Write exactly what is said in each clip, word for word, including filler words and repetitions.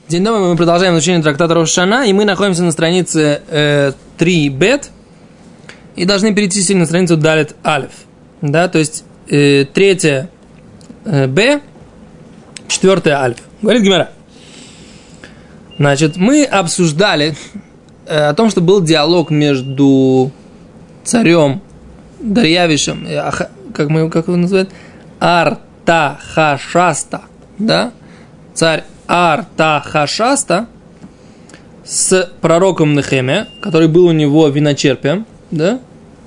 День добрый, мы продолжаем изучение трактата Рош ха-Шана, и мы находимся на странице э, три бет, и должны перейти на страницу Далет Алеф. Да, то есть э, третья э, Б, четвертая Алеф. Говорит Гемара. Значит, мы обсуждали э, о том, что был диалог между царем Дарьявишем, э, как мы как его называют, Артахашаста, да, царь Артахашаста с пророком Нехемия, который был у него виночерпием, да?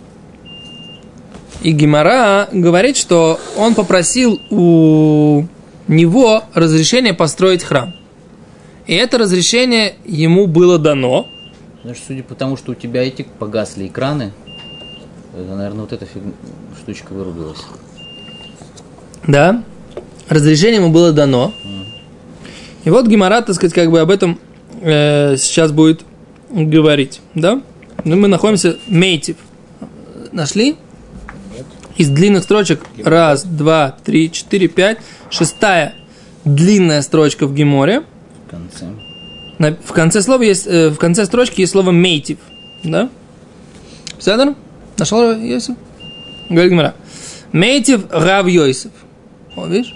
И Гемара говорит, что он попросил у него разрешение построить храм. И это разрешение ему было дано. Значит, судя по тому, что у тебя эти погасли экраны, это, наверное, вот эта фиг... штучка вырубилась. Да. Разрешение ему было дано. И вот Гемара, так сказать, как бы об этом э, сейчас будет говорить, да? Ну, мы находимся мейтив. Нашли? Нет. Из длинных строчек раз, два, три, четыре, пять. Шестая длинная строчка в Геморе. В конце. На, в конце слова есть, э, в конце строчки есть слово мейтив, да? Седер? Нашел Йосиф? Говорит Гемара. Мейтив Рав Йосиф. О, видишь?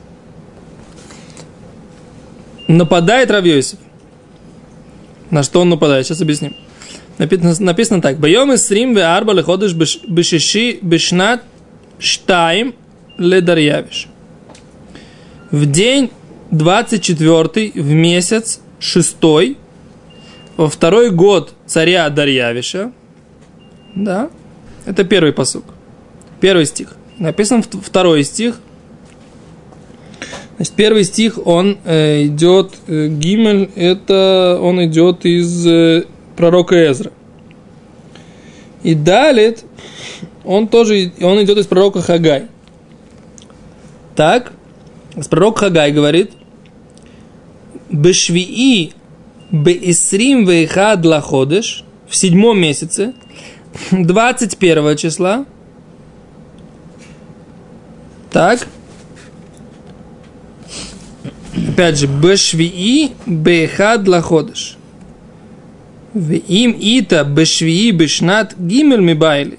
Нападает Рав Йосиф. На что он нападает? Сейчас объясним. Написано, написано так. Байом исрим ве арба леходыш бешиши бешнат штаим ле Дарьявиш. В день двадцать четвёртый в месяц шестой во второй год царя Дарьявиша. Да? Это первый пасук. Первый стих. Написан второй стих. Значит, первый стих, он э, идет, э, Гимель, это он идет из э, пророка Эзра. И Далет, он тоже, он идет из пророка Хагай. Так, с пророк Хагай говорит, Бешвии беисрим вейхад лаходеш, в седьмом месяце, двадцать первого числа. Так, опять же, бешвии бехад лаходеш. Вим ита бешвии бешнат гимель мибайли.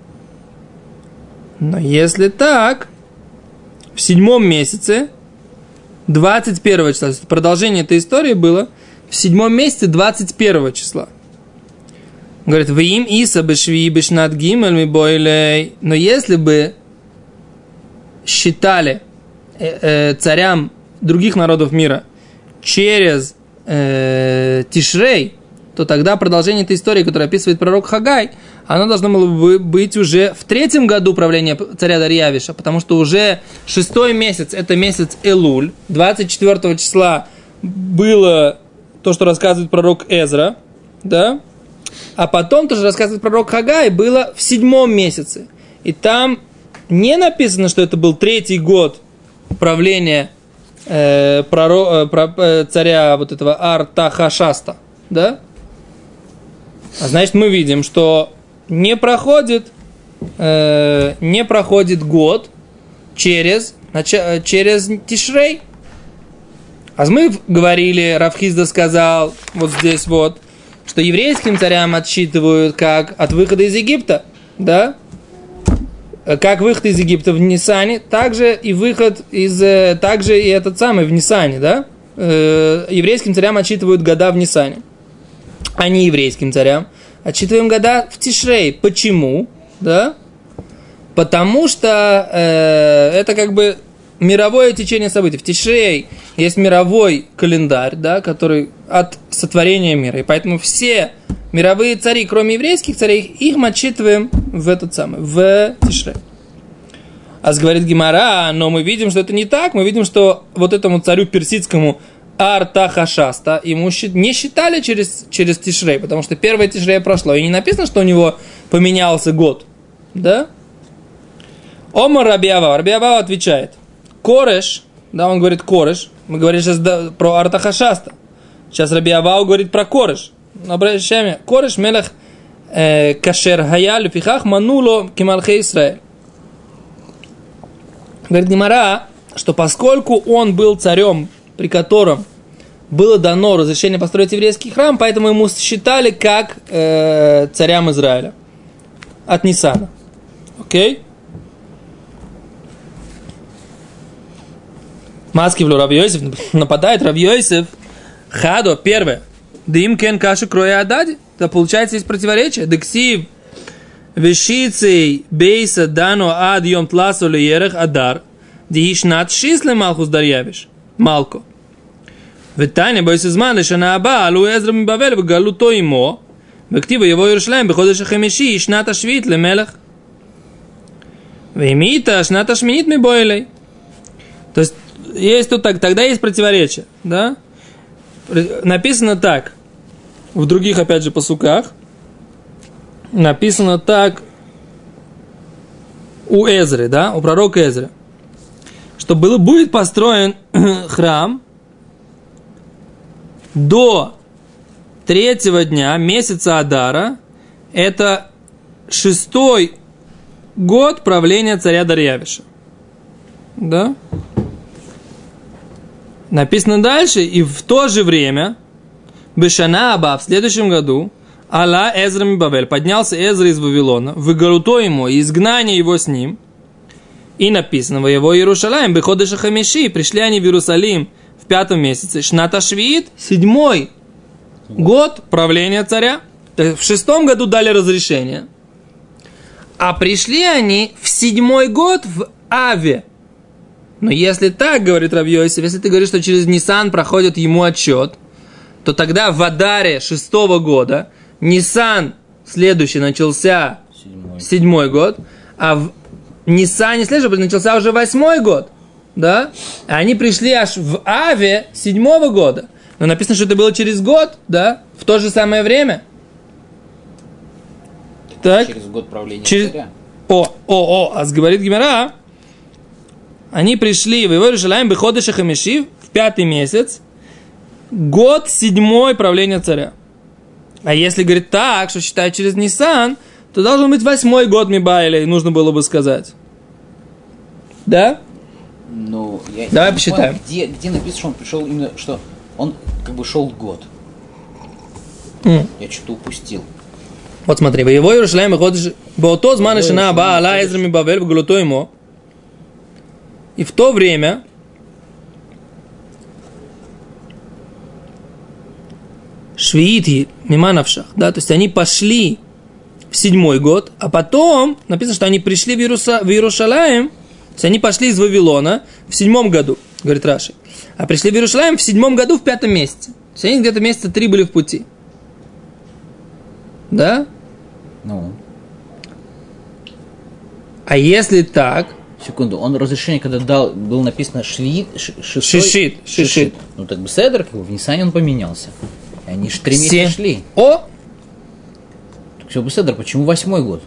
Но если так, в седьмом месяце, двадцать первого числа, продолжение этой истории было в седьмом месяце двадцать первого числа. Говорит, вим иса бешвии бешнат гимель мибайли. Но если бы считали э, э, царям других народов мира через э, Тишрей, то тогда продолжение этой истории, которую описывает пророк Хагай, оно должно было бы быть уже в третьем году правления царя Дарьявиша, потому что уже шестой месяц, это месяц Элуль, двадцать четвёртого числа было то, что рассказывает пророк Эзра, да, а потом то, что рассказывает пророк Хагай, было в седьмом месяце. И там не написано, что это был третий год правления Э, проро, э, про, э, царя вот этого Артахашаста, да? А значит, мы видим, что не проходит, э, не проходит год через, нача, через Тишрей. А мы говорили, Рав Хизда сказал, вот здесь вот, что еврейским царям отсчитывают как от выхода из Египта, да? Как выход из Египта в Нисане, также и выход из, также и этот самый в Нисане, да? Э, еврейским царям отсчитывают года в Нисане, а не еврейским царям. Отсчитываем года в Тишрей. Почему? Да? Потому что э, это как бы мировое течение событий. В Тишрей есть мировой календарь, да, который от сотворения мира. И поэтому все мировые цари, кроме еврейских царей, их мы отсчитываем в этот самый, в Тишрей. А говорит Гемара, но мы видим, что это не так. Мы видим, что вот этому царю персидскому Артахашаста ему не считали через, через Тишрей, потому что первое Тишрей прошло. И не написано, что у него поменялся год. Да? Омар Раби Авава. Раби Авава отвечает. Кореш, да, он говорит Кореш. Мы говорим сейчас да, про Артахашаста. Сейчас Раби Авава говорит про Кореш. Обращаем, Кореш мелех кашер хая лефихах мануло кемалхе Исраэль. Говорит Гемара, что поскольку он был царем, при котором было дано разрешение построить еврейский храм, поэтому ему считали как э, царям Израиля. От Нисана. Окей? Маскивлю Рав Йосеф, нападает Рав Йосеф. Хадо, первое. Дим кен каши кроя адади. Да получается есть противоречие. Дексив вешицей бейса дано ад йом тласу леерех адар. Дишнат шисле малхус дарьявиш. Малко. Витание бойся зман лишана аба алу эзра мибавель вгалу то имо. Вектива его Иерушалаим беходеш хамиши и шната швит лемелех. Веймита шната шминит мибойлей. То есть есть тут так, тогда есть противоречие, да? Написано так, в других, опять же, пасуках, написано так у Эзры, да, у пророка Эзры, что был, будет построен храм до третьего дня месяца Адара, это шестой год правления царя Дарьявиша, да? Написано дальше, и в то же время, Бешана Аба, в следующем году, Алла Эзра Мибавель, поднялся Эзра из Вавилона, выгоруто ему, и изгнание его с ним, и написано, в его Иерушалаим, Беходеша Хамиши, пришли они в Иерусалим в пятом месяце, Шната Швиит, седьмой год правления царя. В шестом году дали разрешение, а пришли они в седьмой год в Аве. Но если так, говорит Рав Йосеф, если ты говоришь, что через Нисан проходит ему отчет, то тогда в Адаре шестого года Нисан следующий начался седьмой, седьмой год, а в Нисане следующий начался уже восьмой год, да? А они пришли аж в Аве седьмого года. Но написано, что это было через год, да? В то же самое время. Так. Через год правления через... царя. О, о, о, а говорит Гемара, они пришли в Иерусалим беходеша хамиши в пятый месяц, год седьмой правления царя. А если говорит так, что считать через Нисан, то должен быть восьмой год Мибайля, нужно было бы сказать. Да? Ну, я Давай не посчитаем. Понял, где, где написано, что он пришел именно, что он как бы шел год. Mm. Я что-то упустил. Вот смотри, в его Иерусалим беходеша беото зман шана аба ала Эзра Мибавель вгалуто ему. И в то время швиити миманавшах, да, то есть они пошли в седьмой год, а потом написано, что они пришли в, Иеруса, в Иерушалаим, то есть они пошли из Вавилона в седьмом году, говорит Раши, а пришли в Иерушалаим в седьмом году в пятом месяце. То есть они где-то месяца три были в пути. Да? Ну. А если так... Секунду, он разрешение, когда дал, было написано швид, шестой... Шишит, шишит. Ну, так бы Седер, как бы в Нисане он поменялся. И они же три месяца Семь. шли. О! Так все бы Седер, почему восьмой год?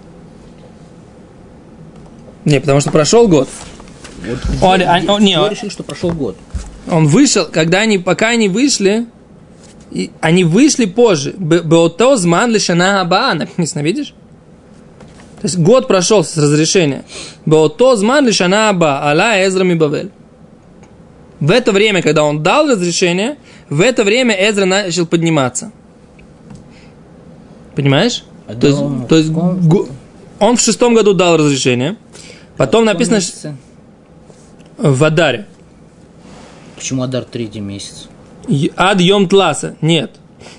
Не, потому что прошел год. Вот Он, где, он, где, он, не, кто он, решил, что прошел год? он вышел, когда они, пока они вышли, и они вышли позже. Беото зман лишана аба, написано, видишь? То есть год прошел с разрешения. Беото зман лишана аба, ала Эзра Мибавель. В это время, когда он дал разрешение, в это время Эзра начал подниматься. Понимаешь? А то есть, он, то есть го, он в шестом году дал разрешение. Потом а написано месяце? В Адаре. Почему Адар третий месяц? Ад Йом Тласа. Нет.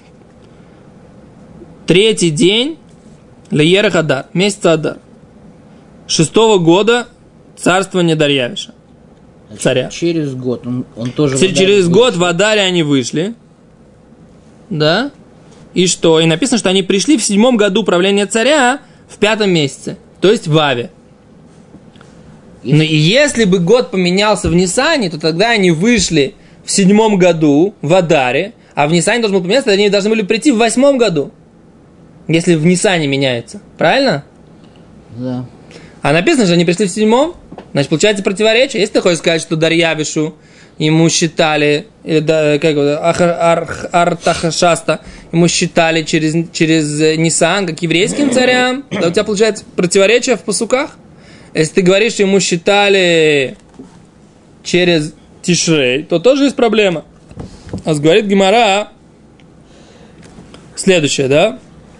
Третий день Леерах Адар. Месяц Адар. Шестого года царствования Дарьявиша. Значит, Царя. Через год. Он, он тоже Через, через год в Адаре они вышли. Да? И что? И написано, что они пришли в седьмом году правления царя в пятом месяце. То есть в Аве. Ну и если бы год поменялся в Нисане, то тогда они вышли в седьмом году в Адаре, а в Нисане должен был поменяться, тогда они должны были прийти в восьмом году. Если в Нисане меняется. Правильно? Да. А написано, что они пришли в седьмом, значит, получается противоречие. Если ты хочешь сказать, что Дарьявишу ему считали, или да, как его, Артахашаста, ему считали через, через Нисан, как еврейским царям, да, у тебя получается противоречие в пасуках. Если ты говоришь, что ему считали через Тишрей, то тоже есть проблема. А говорит Гемара следующее, да?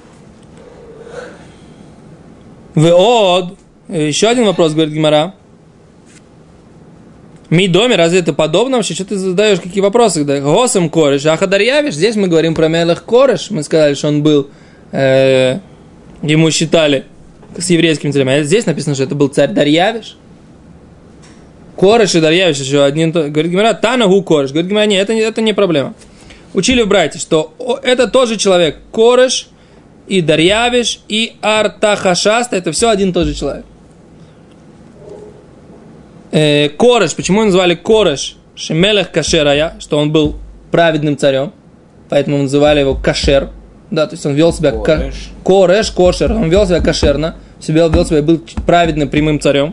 Веод. Еще один вопрос, говорит Гемара. Ми доме, разве это подобно вообще? Что ты задаешь, какие вопросы? Да? Госом кореш, ахадарьявиш. Здесь мы говорим про Мелех Кореш. Мы сказали, что он был, э, ему считали с еврейскими царями. А здесь написано, что это был царь Дарьявиш. Кореш и Дарьявиш еще один. Говорит Гемара, Танагу Кореш. Говорит Гемара, нет, это, это не проблема. Учили в братья, что это тоже человек. Кореш и Дарьявиш и Артахашаста. Это все один и тот же человек. Кореш, почему его назвали Кореш? Шемелех Кашерая, что он был праведным царем, поэтому называли его Кашер, да, то есть он вел себя как Кореш, Кошер, он вел себя кошерно, себя вел себя, был праведным прямым царем.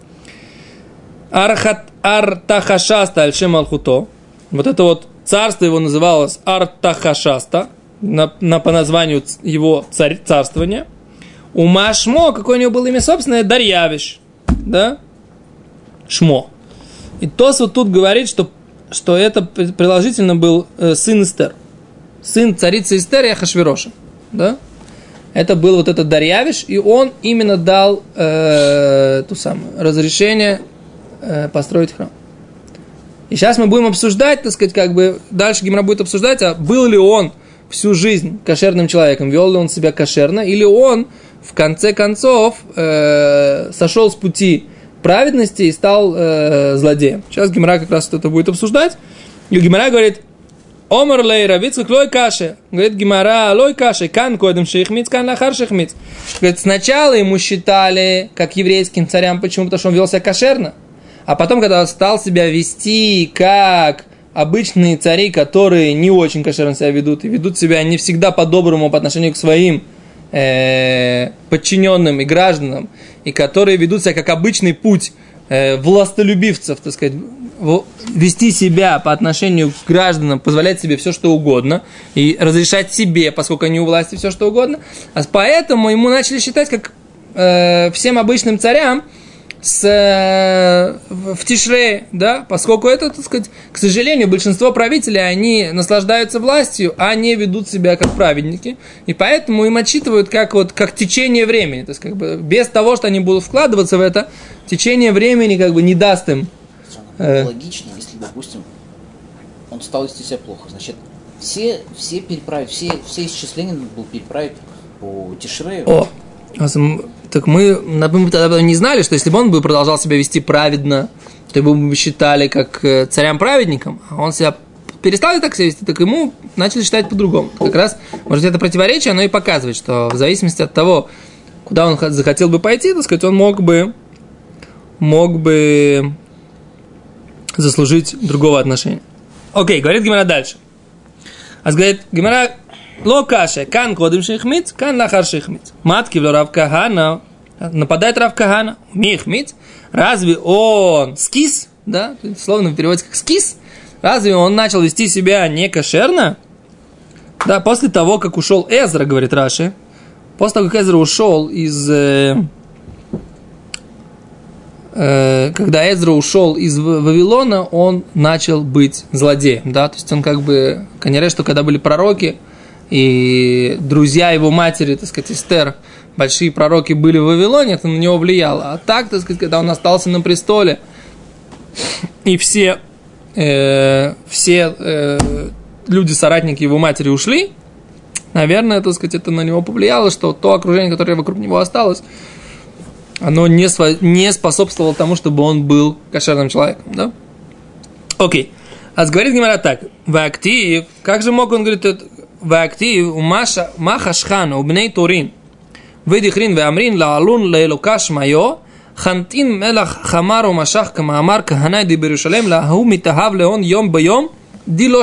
Архат Артахашаста Альшем Алхуто, вот это вот царство его называлось Артахашаста, на, на, по названию его царь, царствования. У Машмо, какое у него было имя собственное, Дарьявиш, да? Шмо. И Тос вот тут говорит, что, что это приложительно был э, сын Эстер. Сын царицы Эстер и Ахашвироша. Да? Это был вот этот Дарьявиш, и он именно дал э, ту самую, разрешение э, построить храм. И сейчас мы будем обсуждать, так сказать, как бы, дальше Гемара будет обсуждать, а был ли он всю жизнь кошерным человеком, вел ли он себя кошерно, или он в конце концов э, сошел с пути праведности и стал э, злодеем. Сейчас Гемара как раз это будет обсуждать. И Гемара говорит, Омар лей равицкак лой каши. Говорит Гемара, лой каши, кан койдем шейхмиц, кан лахар шейхмиц. Говорит, сначала ему считали как еврейским царям, почему? Потому что он вел себя кошерно. А потом, когда он стал себя вести как обычные цари, которые не очень кошерно себя ведут, и ведут себя не всегда по-доброму по отношению к своим э, подчиненным и гражданам, и которые ведут себя как обычный путь э, властолюбивцев, так сказать, вести себя по отношению к гражданам, позволять себе все, что угодно, и разрешать себе, поскольку они у власти, все, что угодно. А поэтому ему начали считать как э, всем обычным царям с, э, в Тишре, да, поскольку это, так сказать, к сожалению, большинство правителей, они наслаждаются властью, а не ведут себя как праведники, и поэтому им отчитывают как, вот, как течение времени, то есть как бы без того, что они будут вкладываться в это, течение времени как бы не даст им. Э... Логично, если, допустим, он стал вести себя плохо, значит, все, все переправить, все, все исчисления надо было переправить по Тишрею. О, так мы, мы тогда не знали, что если бы он бы продолжал себя вести праведно, то его бы считали как царям-праведником, а он себя перестал так себя вести, так ему начали считать по-другому. Как раз, может, это противоречие, оно и показывает, что в зависимости от того, куда он захотел бы пойти, так сказать, он мог бы, мог бы заслужить другого отношения. Окей, говорит Гемара дальше. А говорит Гемара, ло каше, кан кодем шейхмиц, кан лахар шейхмиц. Матки в Рав Кахана, нападает Рав Кахана, мейхмиц, разве он скис, да, словно переводится как скис, разве он начал вести себя не кошерно? Да, после того, как ушел Эзра, говорит Раши, после того, как Эзра ушел из... Э, э, когда Эзра ушел из Вавилона, он начал быть злодеем, да, то есть он как бы, конечно, что когда были пророки, и друзья его матери, так сказать, Эстер, большие пророки были в Вавилоне, это на него влияло. А так, так сказать, когда он остался на престоле, и все, э, все э, люди, соратники его матери ушли, наверное, так сказать, это на него повлияло, что то окружение, которое вокруг него осталось, оно не, сво- не способствовало тому, чтобы он был кошерным человеком, да? Окей. А говорит Гемара так, «Ваактив», как же мог он, говорит, «Ваактив, маша, маха шхана, убней турин, выдихрин, веамрин, лаалун, лейлука шмайо, хантин мелах хамару машах, камаамар, каханай, ди Берушалем, лаху митахав леон, йом байом, дило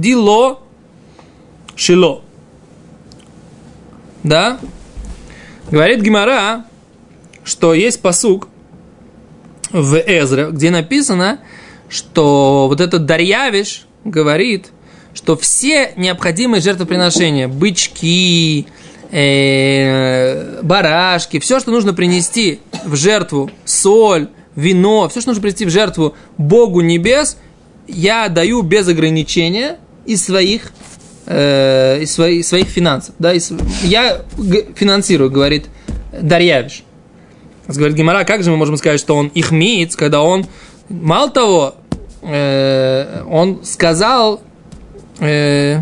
шило». Да? Говорит Гемара, что есть пасук в Эзре, где написано, что вот этот Дарьявиш говорит, что все необходимые жертвоприношения, бычки, э, барашки, все, что нужно принести в жертву, соль, вино, все, что нужно принести в жертву Богу небес, я даю без ограничения, из своих, э, из своих, своих финансов. Да, из, я г- финансирую, говорит Дарьявиш. Говорит Гемара, как же мы можем сказать, что он ихмиц, когда он, мало того, э, он сказал, э,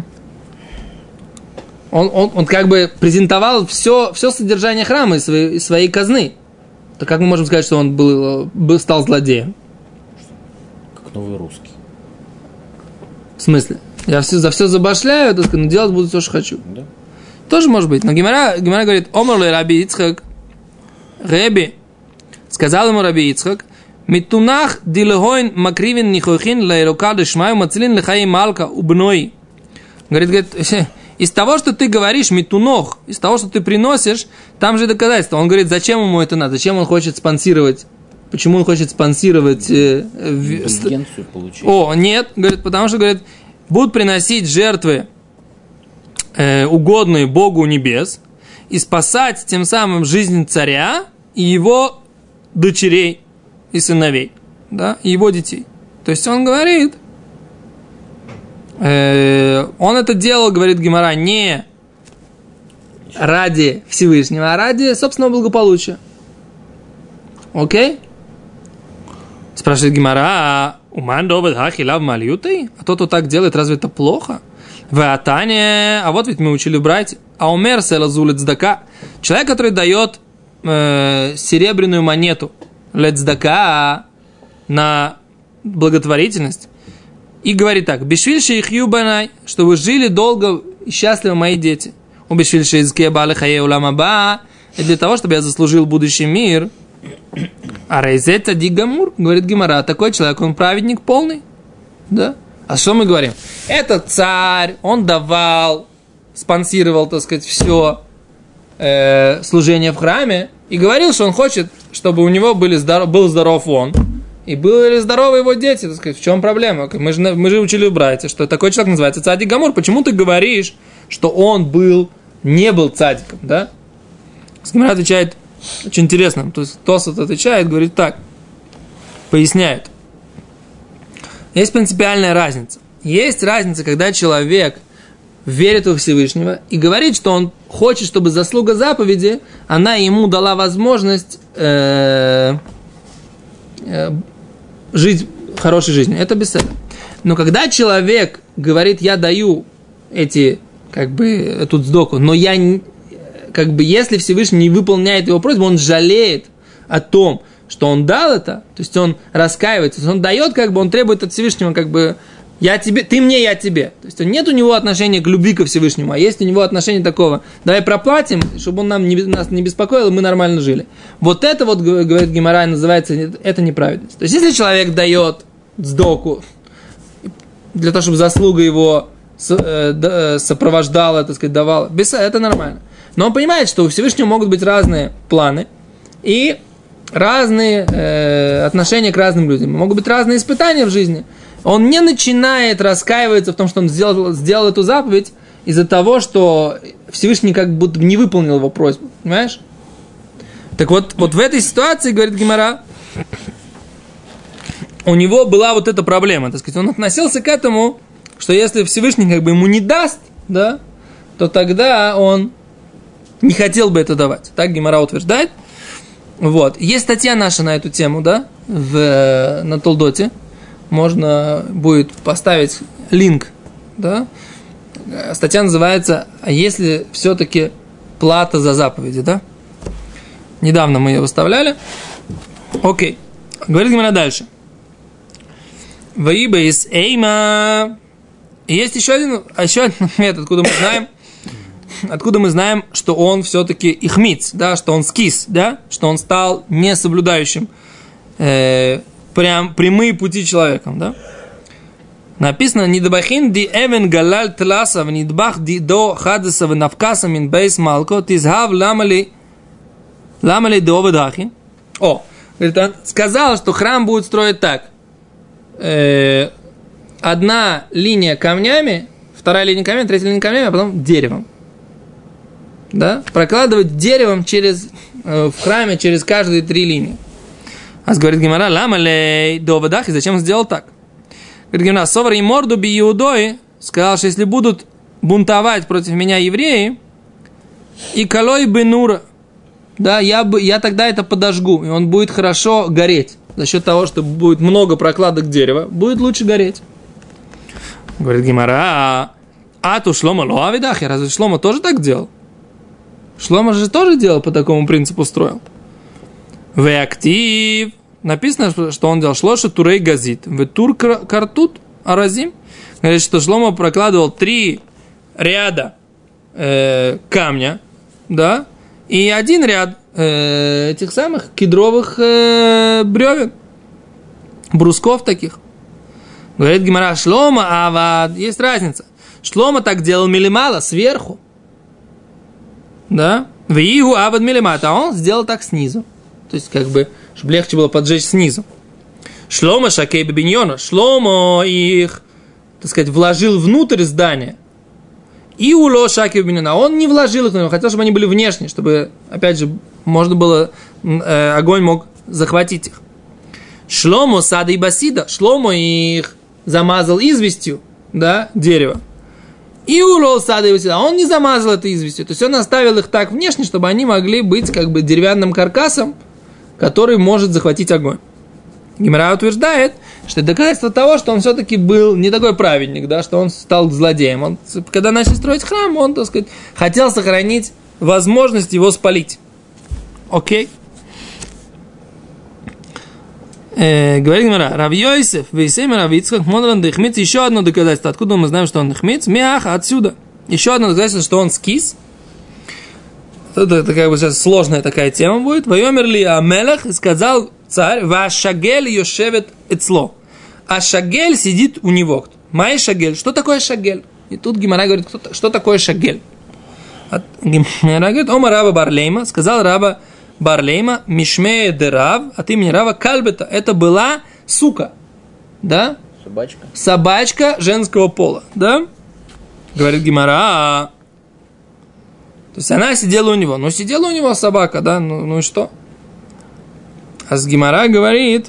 он, он, он как бы презентовал все, все содержание храма из своей, из своей казны. То как мы можем сказать, что он был, был, стал злодеем? Как новый русский. В смысле? Я все, за все забашляю, так сказать, но делать буду то, что хочу. Да. Тоже может быть. Но Гемара, Гемара говорит, Омар ле Раби Ицхак, Реби, сказал ему Раби Ицхак, Митунах дилегойн макривин нихойхин лаэрука дешмаю мацлин лехаи малка убной. Говорит, говорит, из того, что ты говоришь, митунох, из того, что ты приносишь, там же доказательства. Он говорит, зачем ему это надо, зачем он хочет спонсировать, почему он хочет спонсировать... Э, Индульгенцию получить. О, нет, говорит, потому что, говорит, будут приносить жертвы э, угодные Богу небес и спасать тем самым жизнь царя и его дочерей и сыновей, да, и его детей. То есть он говорит... Он это делал, говорит Гемара, не ради Всевышнего, а ради собственного благополучия. Окей? Спрашивает Гемара, а уман довед хахилав мальютой? А тот, кто так делает, разве это плохо? В Атане, а вот ведь мы учили в брате. А умер селазу лецдака. Человек, который дает э, серебряную монету лецдака на благотворительность, и говорит так: «Бешвильши их юбанай», чтобы жили долго и счастливо мои дети. «У бешвильши изке бали хае уламаба», и для того, чтобы я заслужил будущий мир. А рейзет адик гамур, говорит Гемара, такой человек, он праведник полный. Да? А что мы говорим? Этот царь, он давал, спонсировал, так сказать, все э, служение в храме, и говорил, что он хочет, чтобы у него были здоров, был здоров он, и были здоровы его дети, так сказать. В чем проблема? Мы же, мы же учили у братьев, что такой человек называется цадик гамур. Почему ты говоришь, что он был, не был цадиком, да? Гемара отвечает очень интересно. То есть Тосфот отвечает, говорит так, поясняет. Есть принципиальная разница. Есть разница, когда человек верит во Всевышнего и говорит, что он хочет, чтобы заслуга заповеди, она ему дала возможность э, э, жить хорошей жизнью. Это беседа. Но когда человек говорит, я даю эти, как бы, эту сдоку, но я, как бы, если Всевышний не выполняет его просьбу, он жалеет о том, что он дал это, то есть он раскаивается, он дает, как бы, он требует от Всевышнего, как бы, я тебе, ты мне, я тебе. То есть нет у него отношения к любви ко Всевышнему, а есть у него отношение такого, давай проплатим, чтобы он нам не, нас не беспокоил, и мы нормально жили. Вот это вот, говорит Гемара, называется, это неправедность. То есть если человек дает сдоку для того, чтобы заслуга его сопровождала, так сказать, давала, это нормально. Но он понимает, что у Всевышнего могут быть разные планы и разные э, отношения к разным людям. Могут быть разные испытания в жизни. Он не начинает раскаиваться в том, что он сделал, сделал эту заповедь из-за того, что Всевышний как будто не выполнил его просьбу. Понимаешь? Так вот, вот в этой ситуации, говорит Гемара, у него была вот эта проблема. Так сказать, он относился к этому, что если Всевышний как бы ему не даст, да, то тогда он не хотел бы это давать. Так Гемара утверждает. Вот. Есть статья наша на эту тему, да, в, на Толдоте. Можно будет поставить линк, да. Статья называется «А если все-таки плата за заповеди», да? Недавно мы ее выставляли. Окей. Говорит Гемара дальше. Ваиба из эйма. И есть еще один, еще один момент, откуда мы знаем, откуда мы знаем, что он все-таки ихмиц, да, что он скис, да, что он стал несоблюдающим э, прям прямые пути человеком, да. Написано: «Нидбахин ди эвен галаль тласа в нидбах ди до хадеса в навкаса мин бейс малко тизгав ламали ламали до ведахи». О, говорит, он сказал, что храм будет строить так. Э, одна линия камнями, вторая линия камнями, третья линия камнями, а потом деревом. Да? Прокладывать деревом через, э, в храме через каждые три линии. А говорит Гемара: «Ламалей до ведахи». Зачем он сделал так? Говорит Гемара: «Совар и морду би иудой сказал, что если будут бунтовать против меня евреи, и колой бенура, да, я, бы, я тогда это подожгу, и он будет хорошо гореть. За счет того, что будет много прокладок дерева, будет лучше гореть. Говорит Гемара, а то Шломо лоавидахи, разве Шломо тоже так делал? Шломо же тоже делал по такому принципу, строил. В актив написано, что он делал шлоша турей газит. В тур картут аразим. Говорит, что Шломо прокладывал три ряда э, камня, да, и один ряд э, этих самых кедровых э, бревен, брусков таких. Говорит Гемара, Шломо, а вот есть разница. Шломо так делал милимала, сверху. Да? В Игу Абад Милимата, а он сделал так снизу. То есть, как бы, чтобы легче было поджечь снизу. Шломо Шакей Бабиньона. Шломо их, так сказать, вложил внутрь здания. И уло Шакей Бабиньона. Он не вложил их, но хотел, чтобы они были внешне, чтобы, опять же, можно было, э, огонь мог захватить их. Шломо Сада и Басида. Шломо их замазал известью, да, дерево. И улол сада и басида. Он не замазал это известью. То есть он оставил их так внешне, чтобы они могли быть как бы деревянным каркасом, который может захватить огонь. Гемара утверждает, что это доказательство того, что он все-таки был не такой праведник, да, что он стал злодеем. Он, когда начали строить храм, он, так сказать, хотел сохранить возможность его спалить. Окей? Э, говорит Гемара, Рав Йосеф, Вейсейм Рав Ицхак, Монран Дехмиц, еще одно доказательство. Откуда мы знаем, что он Дехмиц? Миах, отсюда. Еще одно доказательство, что он скис. Это, это как бы сейчас сложная такая тема будет. Вайомер ли Амелах, сказал царь, Вашагель йошевет эцло. А Шагель сидит у него. Май Шагель. Что такое Шагель? И тут Гемара говорит, кто, что такое Шагель? Гемара говорит, Ома Раба Барлейма, сказал Раба Барлейма, Мишмея де Рав, от имени Рава Кальбета. Это была сука, да? Собачка. Собачка женского пола, да? Говорит Гемара. То есть она сидела у него. Ну, сидела у него собака, да? Ну, ну и что? А с Гемара говорит,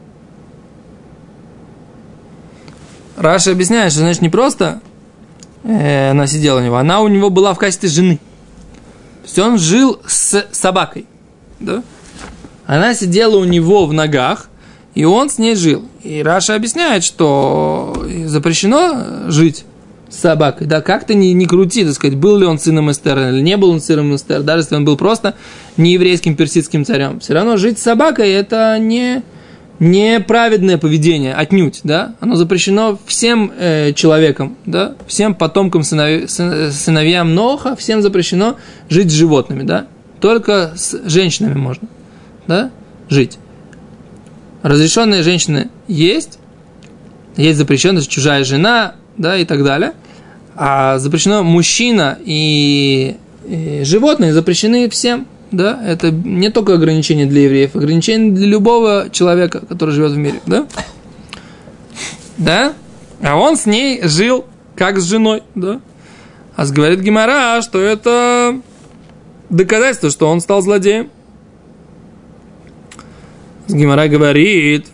Раша объясняет, что, значит, не просто э, она сидела у него, она у него была в качестве жены. То есть он жил с собакой. Да? Она сидела у него в ногах, и он с ней жил. И Раша объясняет, что запрещено жить с собакой. Да, как-то не, не крути, так сказать, был ли он сыном Эстера или не был он сыном Эстера, даже если он был просто нееврейским персидским царем. Все равно жить с собакой – это не, не праведное поведение, отнюдь. Да? Оно запрещено всем э, человекам, да? Всем потомкам сыновь, сыновьям Ноха, всем запрещено жить с животными, да? Только с женщинами можно, да, жить. Разрешенные женщины есть, есть запрещенная чужая жена, да, и так далее. А запрещено мужчина и, и животные запрещены всем, да. Это не только ограничение для евреев, ограничение для любого человека, который живет в мире, да. Да, а он с ней жил как с женой, да. А говорит Гемара, что это доказательство, что он стал злодеем. Гемара говорит,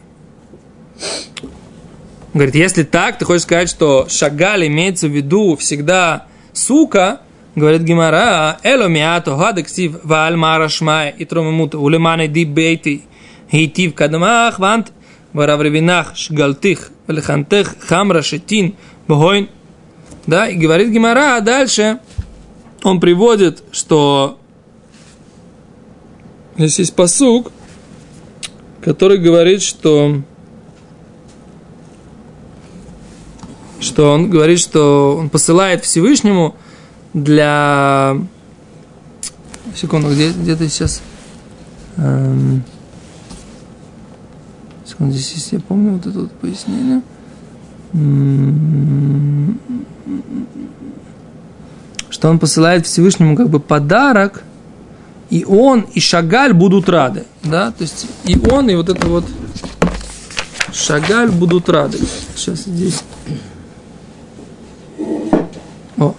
говорит, если так, ты хочешь сказать, что Шагаль имеется в виду всегда сука, говорит Гемара, эло миато гадексив вааль марашмай и тромемут улеманы ди бейти хейтив кадмах вант варавревинах шгалтых велихантех хамра шетин богойн. Да, и говорит Гемара, дальше он приводит, что здесь есть пасук, который говорит, что что он говорит, что он посылает Всевышнему для... Секунду, где, где ты сейчас? Эм... Секунду, здесь есть, я помню вот это вот пояснение. Что он посылает Всевышнему как бы подарок, и он, и Шагаль будут рады, да, то есть и он, и вот это вот Шагаль будут рады. Сейчас здесь. О.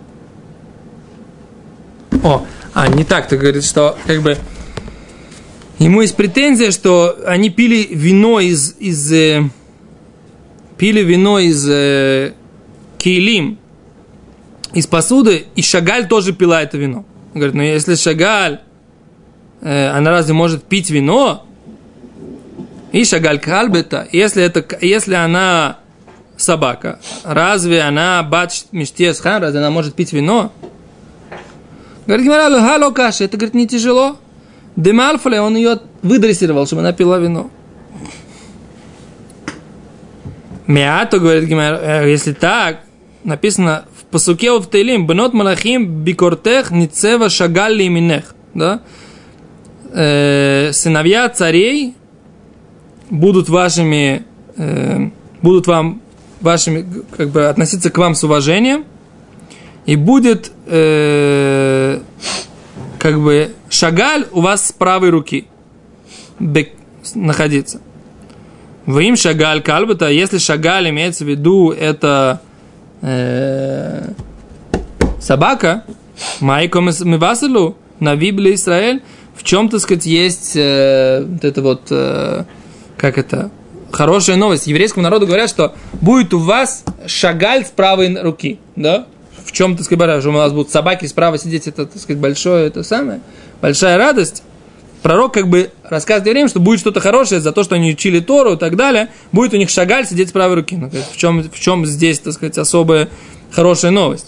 О, а, не так, ты говоришь, что как бы ему есть претензия, что они пили вино из, из э, пили вино из э, кейлим, из посуды, и Шагаль тоже пила это вино. Он говорит, ну если Шагаль, э, она разве может пить вино? И Шагаль кальбета, если, это, если она собака, разве она бат миштес хан, разве она может пить вино? Говорит, гало каши, это, говорит, не тяжело. Демальфале, он ее выдрессировал, чтобы она пила вино. Меато, говорит Гимара, если так, написано в пасуке от Тейлим, бенот малахим бикортех ницева шагаль лиминех, да? Э, сыновья царей будут вашими, э, будут вам вашими, как бы относиться к вам с уважением, и будет э, как бы шагаль у вас с правой руки бек, находиться. Вы им шагаль кальбата, если шагаль имеется в виду это э, собака, майком мивасилу на Библии Израиль, в чем, так сказать, есть э, вот это вот, э, как это, хорошая новость. Еврейскому народу говорят, что будет у вас шагаль с правой руки, да? В чем, так сказать, что у вас будут собаки справа сидеть, это, так сказать, большое, это самое, большая радость. Пророк как бы рассказывает евреям, что будет что-то хорошее за то, что они учили Тору и так далее, будет у них шагаль сидеть с правой руки. Ну, в чем, в чем здесь, так сказать, особая хорошая новость?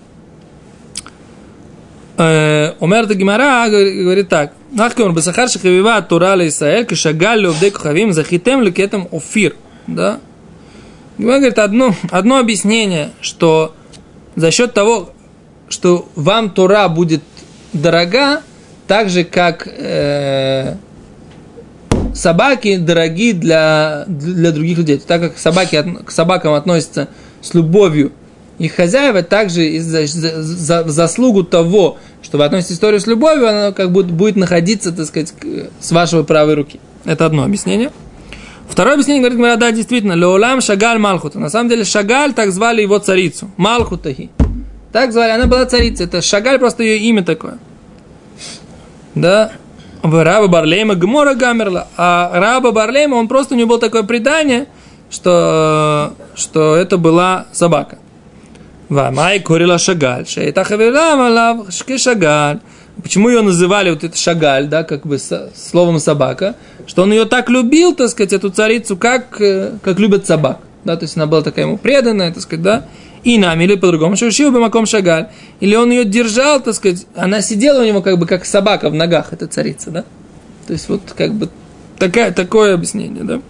Омер Гимара говорит так. Нахкомер бесахар шахавива Тора ла Исраэль кешагаль леовдей кухавим захитем лекетем офир. Да? Гимара говорит одно, одно объяснение, что за счет того, что вам Тора будет дорога, так же, как э, собаки дороги для, для других людей. Так как собаки от, к собакам относятся с любовью их хозяева, также из-за за, за, заслугу того, что вы относите историю с любовью, она как будто будет находиться, так сказать, с вашей правой руки. Это одно объяснение. Второе объяснение говорит, да, действительно, леолам шагаль малхута. На самом деле шагаль, так звали его царицу. Малхутахи. Так звали, она была царицей. Это шагаль, просто ее имя такое. Да, в раба Барлейма Гмора гамерла, а раба Барлейма, он просто, у него было такое предание, что, что это была собака. Вамай корила шагаль, шейта хавирам алав шки шагаль. Почему ее называли вот это шагаль, да, как бы со, словом собака, что он ее так любил, так сказать, эту царицу, как, как любят собак, да, то есть она была такая ему преданная, так сказать, да. И нам, или по-другому, шушил бы маком шагаль. Или он ее держал, так сказать, она сидела у него как бы как собака в ногах, эта царица, да? То есть вот как бы такая, такое объяснение, да?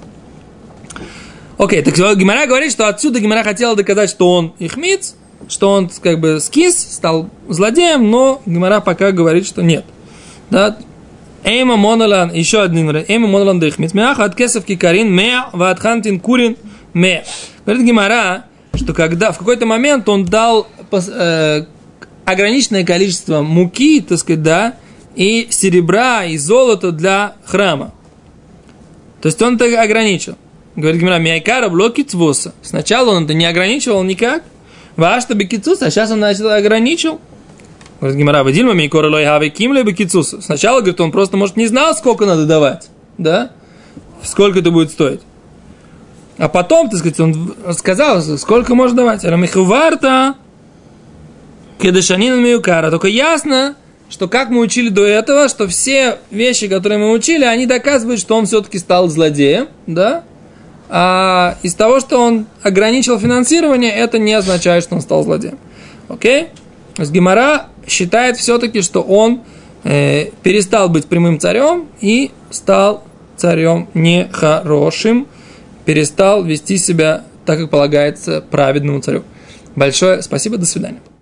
Окей, так Гемара говорит, что отсюда Гемара хотела доказать, что он ихмиц, что он как бы скис, стал злодеем, но Гемара пока говорит, что нет. Да? Эйма монолан, еще один вариант, эйма монолан да ихмиц, меаха от кесов кикарин, меа ваатхантин курин, меа. Говорит Гемара, что когда в какой-то момент он дал э, ограниченное количество муки, так сказать, да, и серебра, и золота для храма. То есть он это ограничил. Говорит Гемара, миайкара блоки цвоса. Сначала он это не ограничивал никак, вашта бекицус, а сейчас он начал ограничил. Говорит Гемара, вадильма миайкора лой хаве кимле бекицусу. Сначала, говорит, он просто, может, не знал, сколько надо давать, да, сколько это будет стоить. А потом, так сказать, он сказал, сколько можно давать. Рамихуварта кедешанин миюкара. Только ясно, что как мы учили до этого, что все вещи, которые мы учили, они доказывают, что он все-таки стал злодеем, да? А из того, что он ограничил финансирование, это не означает, что он стал злодеем. Окей? То есть Гемара считает все-таки, что он э, перестал быть прямым царем и стал царем нехорошим, перестал вести себя так, как полагается праведному царю. Большое спасибо, до свидания.